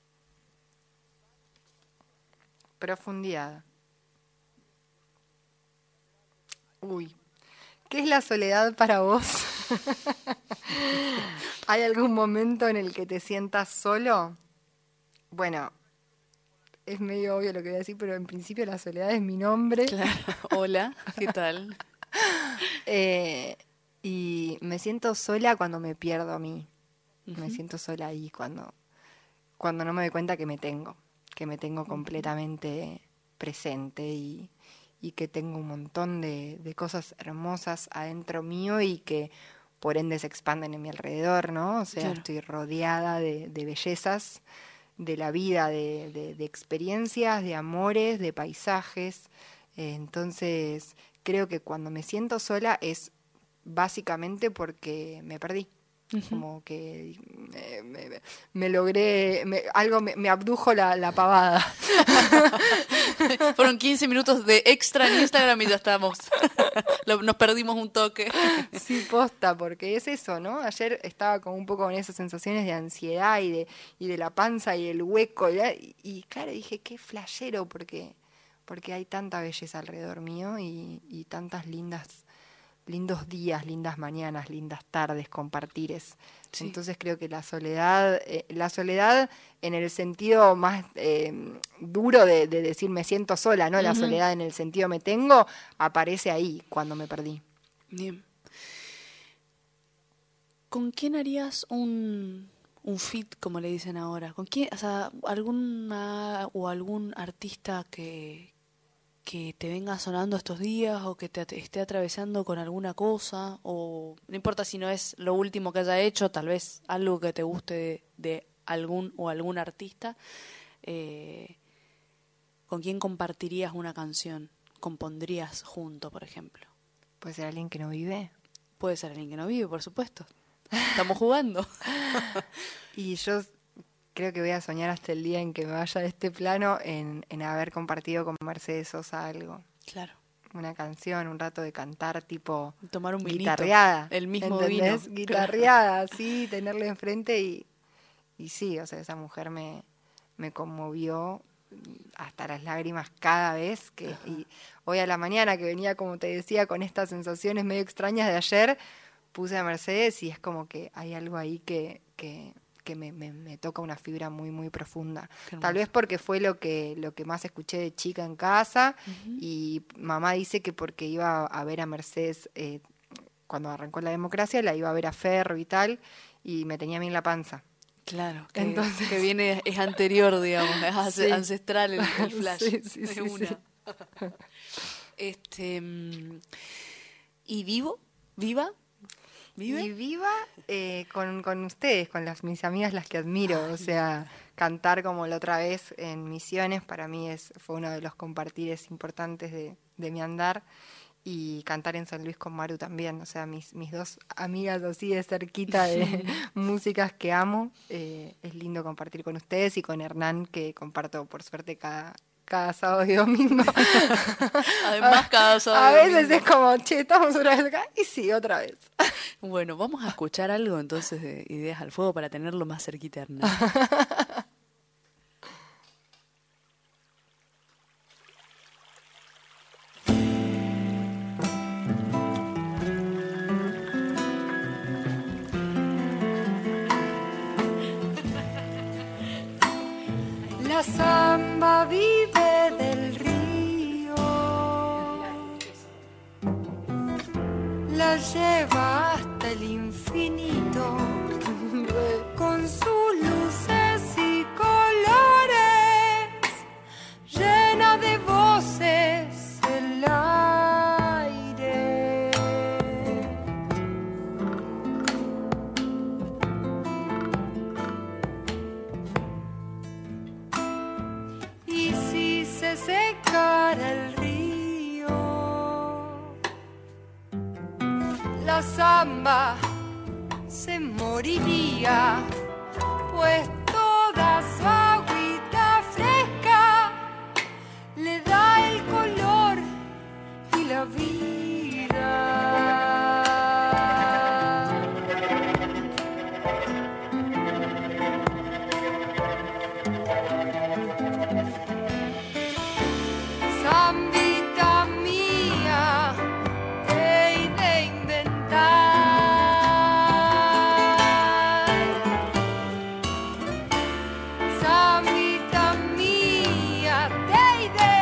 Profundidad. Uy, ¿qué es la soledad para vos? ¿Hay algún momento en el que te sientas solo? Bueno, es medio obvio lo que voy a decir, pero en principio la soledad es mi nombre. Claro. Hola, ¿qué tal? Eh, y me siento sola cuando me pierdo a mí. Me Ujú. siento sola ahí cuando, cuando no me doy cuenta que me tengo, que me tengo completamente presente y, y que tengo un montón de, de cosas hermosas adentro mío y que por ende se expanden en mi alrededor, ¿no? O sea, Claro. estoy rodeada de, de bellezas, de la vida, de, de, de experiencias, de amores, de paisajes. Eh, entonces, creo que cuando me siento sola es básicamente porque me perdí. Ujú. Como que eh, me, me- me logré, me- algo me, me abdujo la, la pavada. Fueron quince minutos de extra en Instagram y ya estamos. Lo- Nos perdimos un toque. Sí, posta, porque es eso, ¿no? Ayer estaba como un poco con esas sensaciones de ansiedad y de, y de la panza y el hueco. Y, y- y claro, dije, qué flashero, porque, porque hay tanta belleza alrededor mío y, y tantas lindas, lindos días, lindas mañanas, lindas tardes, compartires. Sí. Entonces creo que la soledad, eh, la soledad en el sentido más eh, duro de, de decir me siento sola, ¿no? La Ujú. soledad en el sentido me tengo, aparece ahí cuando me perdí. Bien. ¿Con quién harías un, un feat, como le dicen ahora? ¿Con quién, o sea, alguna o algún artista que, que te venga sonando estos días o que te at- esté atravesando con alguna cosa? O no importa si no es lo último que haya hecho, tal vez algo que te guste de, de algún o algún artista. Eh, ¿Con quién compartirías una canción? ¿Compondrías junto, por ejemplo? Puede ser alguien que no vive. Puede ser alguien que no vive, por supuesto. Estamos jugando. Y yo creo que voy a soñar hasta el día en que me vaya de este plano en, en haber compartido con Mercedes Sosa algo. Claro. Una canción, un rato de cantar tipo Tomar un vinito. guitarreada. El mismo ¿entendés? vino. Guitarreada, sí, tenerla enfrente y, y sí, o sea, esa mujer me, me conmovió hasta las lágrimas cada vez que y hoy a la mañana que venía, como te decía, con estas sensaciones medio extrañas de ayer, puse a Mercedes y es como que hay algo ahí que, que, que me, me, me toca una fibra muy, muy profunda. Qué hermoso. Tal vez porque fue lo que, lo que más escuché de chica en casa Ujú. y mamá dice que porque iba a ver a Mercedes eh, cuando arrancó la democracia, la iba a ver a Ferro y tal, y me tenía a mí en la panza. Claro, que, Entonces, que viene, es anterior, digamos, es Sí. ancestral el, el flash. Sí, sí, de sí, una. sí. Este, mm, ¿y vivo? ¿Viva? ¿Vive? Y viva eh, con, con ustedes, con las mis amigas, las que admiro. O sea, cantar como la otra vez en Misiones para mí es fue uno de los compartires importantes de, de mi andar. Y cantar en San Luis con Maru también. O sea, mis, mis dos amigas así de cerquita de músicas que amo. Eh, es lindo compartir con ustedes y con Hernán, que comparto por suerte cada, cada sábado y domingo. Además, cada sábado A y veces domingo. es como, che, estamos otra vez acá. Y sí, otra vez. Bueno, vamos a escuchar algo entonces de Ideas al Fuego para tenerlo más cerquita, Hernán. La samba vive del río, la lleva hasta el infinito, con sus luces y colores, llena de voces el aire. Y si se secara el río, la samba se moriría, pues toda su agüita fresca le da el color y la vida. Zambita mía, he de inventar. Zambita mía, te he de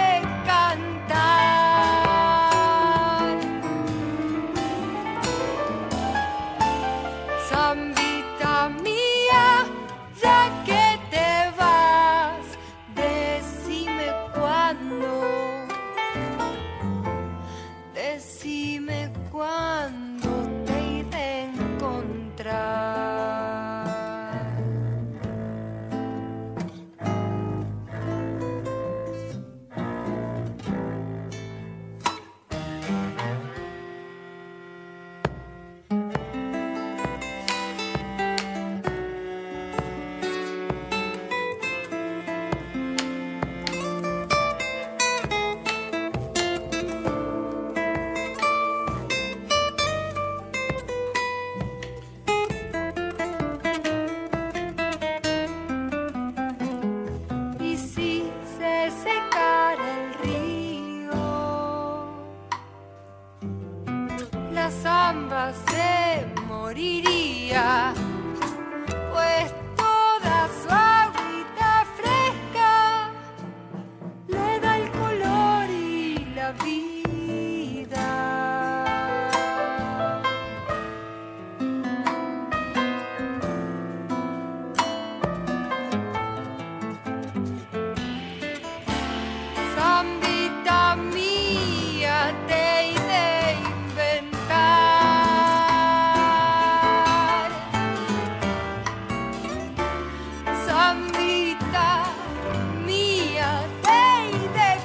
cantar. Zambita mía, ya que te vas, decime cuándo. Decime cuándo te he de encontrar. Y si se secara el río, la samba se moriría, pues toda su agüita fresca le da el color y la vida. Zambita mía, te he de inventar. Zambita mía, te he de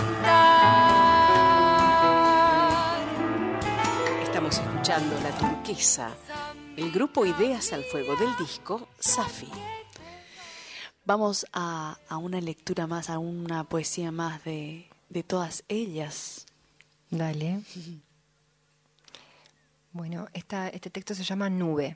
cantar. Estamos escuchando La Turquesa, el grupo Ideas al Fuego del disco Safi. Vamos a, a una lectura más, a una poesía más de, de todas ellas. Dale. Bueno, esta, este texto se llama Nube.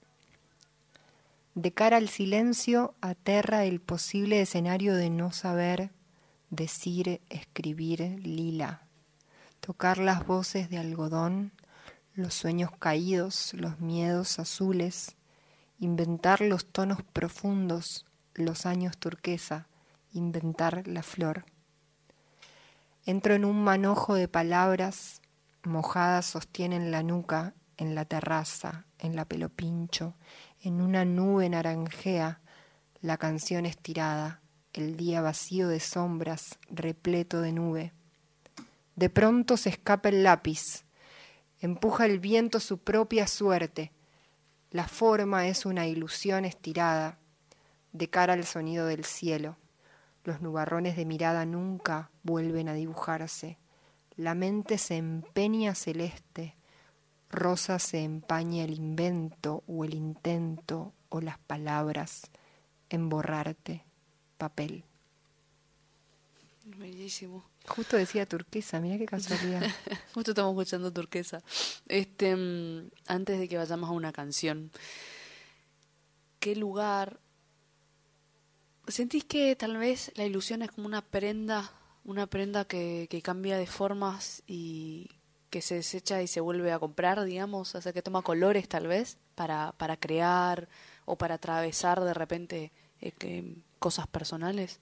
De cara al silencio aterra el posible escenario de no saber decir, escribir lila, tocar las voces de algodón, los sueños caídos, los miedos azules, inventar los tonos profundos, los años turquesa, inventar la flor. Entro en un manojo de palabras, mojadas sostienen la nuca, en la terraza, en la pelopincho, En una nube naranjea la canción estirada, el día vacío de sombras, repleto de nube. De pronto se escapa el lápiz, empuja el viento su propia suerte. La forma es una ilusión estirada, de cara al sonido del cielo. Los nubarrones de mirada nunca vuelven a dibujarse. La mente se empeña celeste, rosa se empaña el invento o el intento o las palabras en borrarte, papel. Bellísimo. Justo decía turquesa, mira qué casualidad. Justo estamos escuchando Turquesa. Este, mm, antes de que vayamos a una canción, ¿qué lugar sentís que tal vez la ilusión es como una prenda, una prenda que, que cambia de formas y que se desecha y se vuelve a comprar, digamos, o sea, que toma colores tal vez para, para crear o para atravesar de repente eh, que, cosas personales?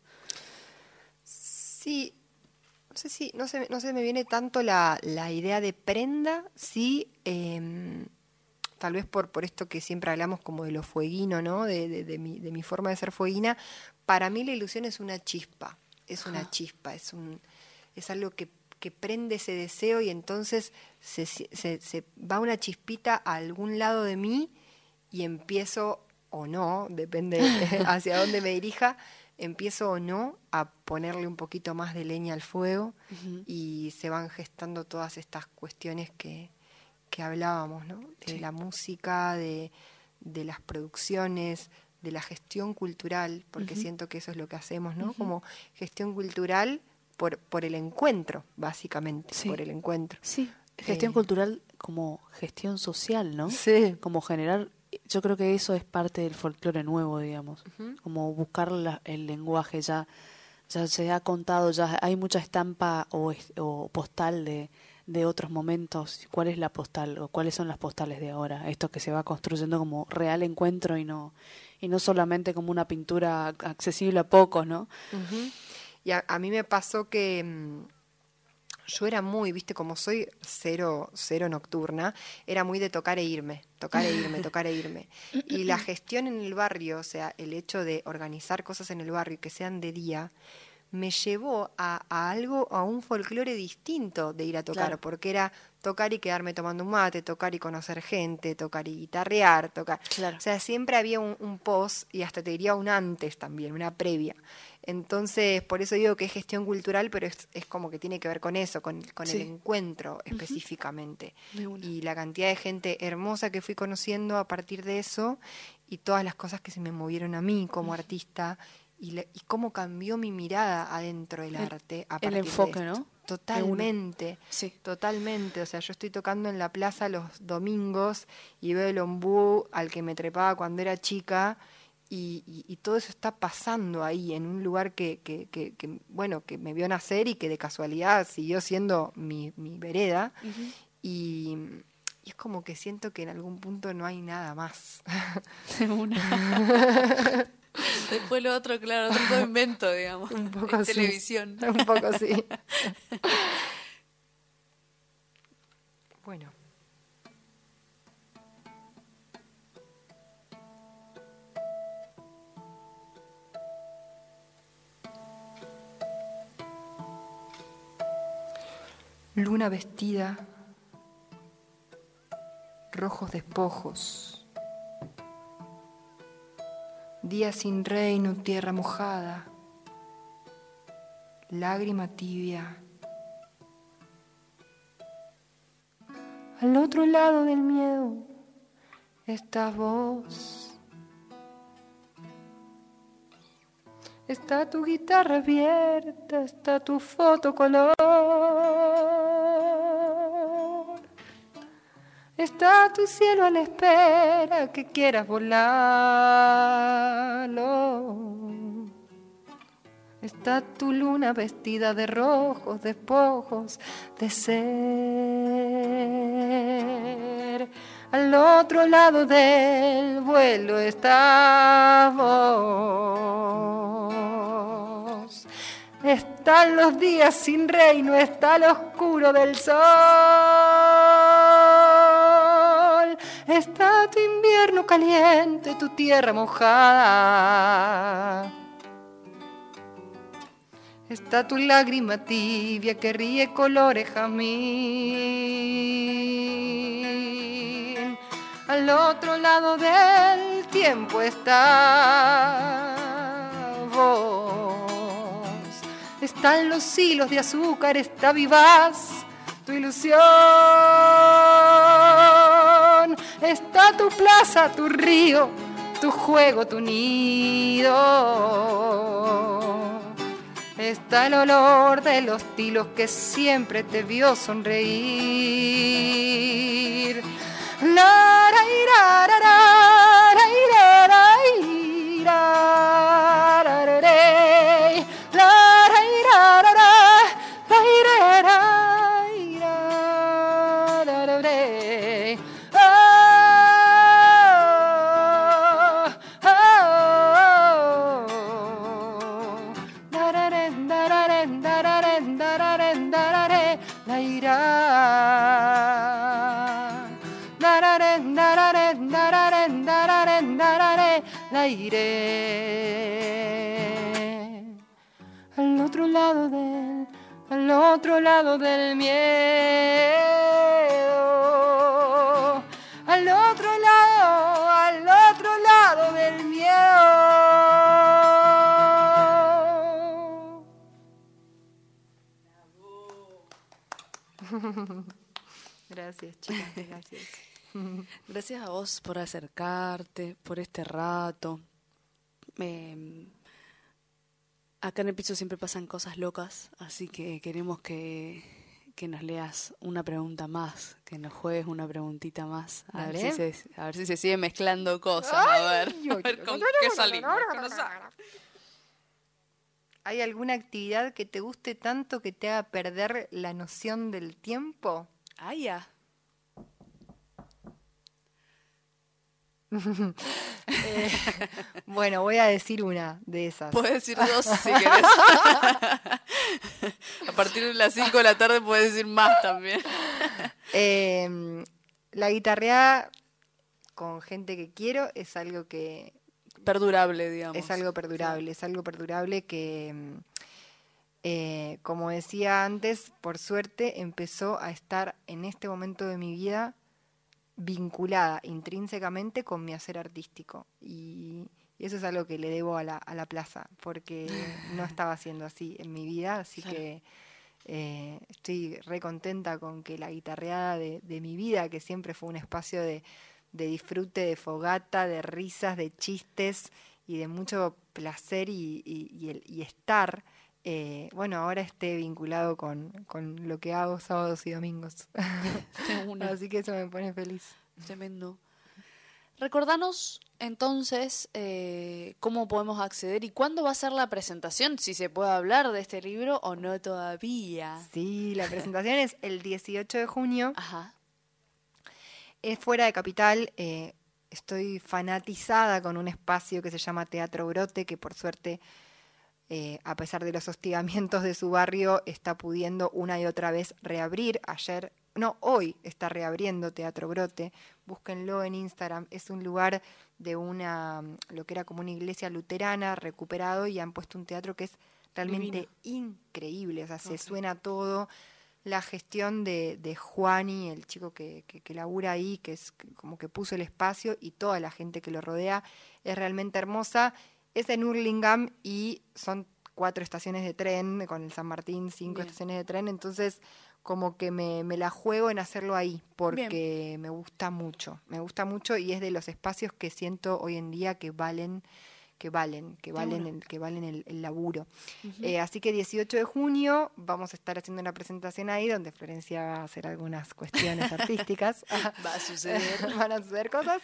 Sí, no sé si, no sé, no sé, me viene tanto la, la idea de prenda, sí, eh, tal vez por, por esto que siempre hablamos como de lo fueguino, ¿no? De, de, de, mi, de mi forma de ser fueguina. Para mí la ilusión es una chispa, es una Ajá. chispa, es un, es algo que, que prende ese deseo y entonces se, se, se va una chispita a algún lado de mí y empiezo, o no, depende hacia dónde me dirija, empiezo o no a ponerle un poquito más de leña al fuego uh-huh. y se van gestando todas estas cuestiones que, que hablábamos, ¿no? De sí. la música, de, de las producciones, de la gestión cultural, porque uh-huh. siento que eso es lo que hacemos, ¿no? Uh-huh. Como gestión cultural por, por el encuentro, básicamente, sí. por el encuentro. Sí, gestión eh, cultural como gestión social, ¿no? Sí. Como generar, yo creo que eso es parte del folclore nuevo, digamos, uh-huh. como buscar la, el lenguaje, ya, ya se ha contado, ya hay mucha estampa o, o postal de de otros momentos. ¿Cuál es la postal o cuáles son las postales de ahora? Esto que se va construyendo como real encuentro y no y no solamente como una pintura accesible a pocos, ¿no? Uh-huh. Y a, a mí me pasó que mmm, yo era muy, viste, como soy cero, cero nocturna, era muy de tocar e irme, tocar e irme, tocar e irme. Y la gestión en el barrio, o sea, el hecho de organizar cosas en el barrio y que sean de día, me llevó a, a algo, a un folclore distinto de ir a tocar, claro. porque era tocar y quedarme tomando un mate, tocar y conocer gente, tocar y guitarrear, tocar. Claro. O sea, siempre había un, un post y hasta te diría un antes también, una previa. Entonces, por eso digo que es gestión cultural, pero es, es como que tiene que ver con eso, con, con sí. el encuentro específicamente. Uh-huh. Y la cantidad de gente hermosa que fui conociendo a partir de eso y todas las cosas que se me movieron a mí como uh-huh. artista. Y, le, y cómo cambió mi mirada adentro del el, arte a partir el enfoque, de esto. ¿no? Totalmente, sí. totalmente. O sea, yo estoy tocando en la plaza los domingos y veo el ombú al que me trepaba cuando era chica y, y, y todo eso está pasando ahí en un lugar que, que, que, que, bueno, que me vio nacer y que de casualidad siguió siendo mi, mi vereda. Uh-huh. Y... Y es como que siento que en algún punto no hay nada más. Una. Después lo otro, claro, otro invento, digamos. Un poco en así. Televisión. Un poco así. Bueno. Luna vestida, rojos despojos, día sin reino, tierra mojada, lágrima tibia. Al otro lado del miedo estás vos, está tu guitarra abierta, está tu foto color. Está tu cielo a la espera que quieras volarlo. Está tu luna vestida de rojos despojos de ser. Al otro lado del vuelo estás vos. Están los días sin reino, está lo oscuro del sol. está tu invierno caliente, tu tierra mojada. Está tu lágrima tibia que ríe colores jazmín. Al otro lado del tiempo está vos. Están los hilos de azúcar, está vivaz tu ilusión. Está tu plaza, tu río, tu juego, tu nido. Está el olor de los tilos que siempre te vio sonreír. La, ra, ira, ra, ra, ra, ira, ra, ira, ra, ra, re. La, ra, ira, ra, ra, ra, ira, ra, ira, ra, ra, re. Oh, oh, oh. Dararen, dararen, dararen, dararen, darare, la ira. Dararen, dararen, dararen, dararen, darare, la iré. Al otro lado del, al otro lado del miedo. Al otro lado, al otro lado del miedo. Gracias, chicas, gracias. Gracias a vos por acercarte, por este rato. Eh, acá en el piso siempre pasan cosas locas, así que queremos que, que nos leas una pregunta más, que nos juegues una preguntita más, a ver, si se, a ver si se sigue mezclando cosas, a ver, a ver con qué salimos. ¿Hay alguna actividad que te guste tanto que te haga perder la noción del tiempo? Ah, ya. eh, bueno, voy a decir una de esas. Puedes decir dos si querés. A partir de las cinco de la tarde puedes decir más también. eh, la guitarreada con gente que quiero es algo que... Perdurable, digamos. Es algo perdurable, sí. Es algo perdurable que, eh, como decía antes, por suerte empezó a estar en este momento de mi vida vinculada intrínsecamente con mi hacer artístico. Y, y eso es algo que le debo a la, a la plaza, porque no estaba siendo así en mi vida, así claro. que eh, estoy re contenta con que la guitarreada de, de mi vida, que siempre fue un espacio de, de disfrute, de fogata, de risas, de chistes y de mucho placer y, y, y, el, y estar, eh, bueno, ahora esté vinculado con, con lo que hago sábados y domingos. Así que eso me pone feliz. Tremendo. Recordanos entonces eh, cómo podemos acceder y cuándo va a ser la presentación, si se puede hablar de este libro o no todavía. Sí, la presentación es el dieciocho de junio. Ajá. Es fuera de Capital. Eh, estoy fanatizada con un espacio que se llama Teatro Brote, que por suerte, eh, a pesar de los hostigamientos de su barrio, está pudiendo una y otra vez reabrir. Ayer, no, hoy está reabriendo Teatro Brote. Búsquenlo en Instagram. Es un lugar de una, lo que era como una iglesia luterana, recuperado, y han puesto un teatro que es realmente divino, increíble. O sea, okay. Se suena todo. La gestión de, de Juani, el chico que, que, que labura ahí, que es como que puso el espacio, y toda la gente que lo rodea, es realmente hermosa. Es en Hurlingham y son cuatro estaciones de tren, con el San Martín, cinco Bien. estaciones de tren, entonces como que me, me la juego en hacerlo ahí, porque Bien. me gusta mucho, me gusta mucho, y es de los espacios que siento hoy en día que valen que valen, que valen el, que valen el, el laburo. Uh-huh. Eh, así que dieciocho de junio vamos a estar haciendo una presentación ahí donde Florencia va a hacer algunas cuestiones artísticas. Va a suceder. Van a suceder cosas.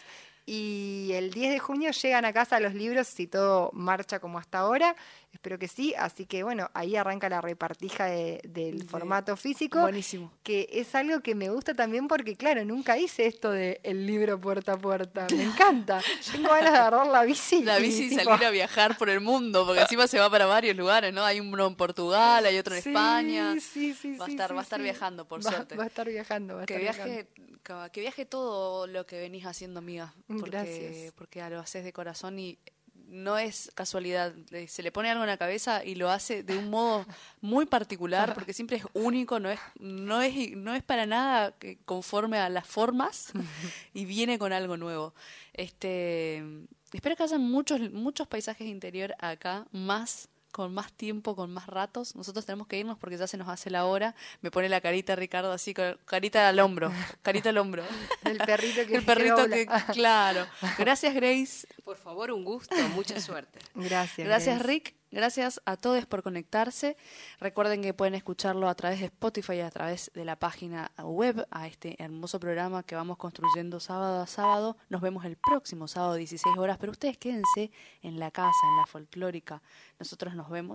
Y el diez de junio llegan a casa los libros si todo marcha como hasta ahora. Espero que sí. Así que bueno, ahí arranca la repartija de, del De- formato físico. Buenísimo. Que es algo que me gusta también porque, claro, nunca hice esto de el libro puerta a puerta. Me encanta. Tengo ganas de agarrar la bici. La bici y tipo, salir a viajar por el mundo, porque encima se va para varios lugares, ¿no? Hay uno en Portugal, hay otro en sí, España. Sí, sí, Va a sí, estar, sí, va a estar sí. viajando, por Va- suerte. Va a estar viajando. Va a Que estar viaje, viajando. que viaje todo lo que venís haciendo, amiga. Porque, Gracias. porque lo haces de corazón y no es casualidad. Le- Se le pone algo en la cabeza y lo hace de un modo muy particular, porque siempre es único, no es, no es, no es para nada que- conforme a las formas y viene con algo nuevo. Este, espero que haya muchos, muchos paisajes de interior acá, más con más tiempo, con más ratos. Nosotros tenemos que irnos porque ya se nos hace la hora. Me pone la carita Ricardo así, con- carita al hombro, carita al hombro. El perrito que El perrito dobla. que, claro. Gracias, Grace. Por favor, un gusto, mucha suerte. Gracias. Gracias, Grace. Rick. Gracias a todos por conectarse. Recuerden que pueden escucharlo a través de Spotify y a través de la página web a este hermoso programa que vamos construyendo sábado a sábado. Nos vemos el próximo sábado, dieciséis horas, pero ustedes quédense en la casa, en la folclórica. Nosotros nos vemos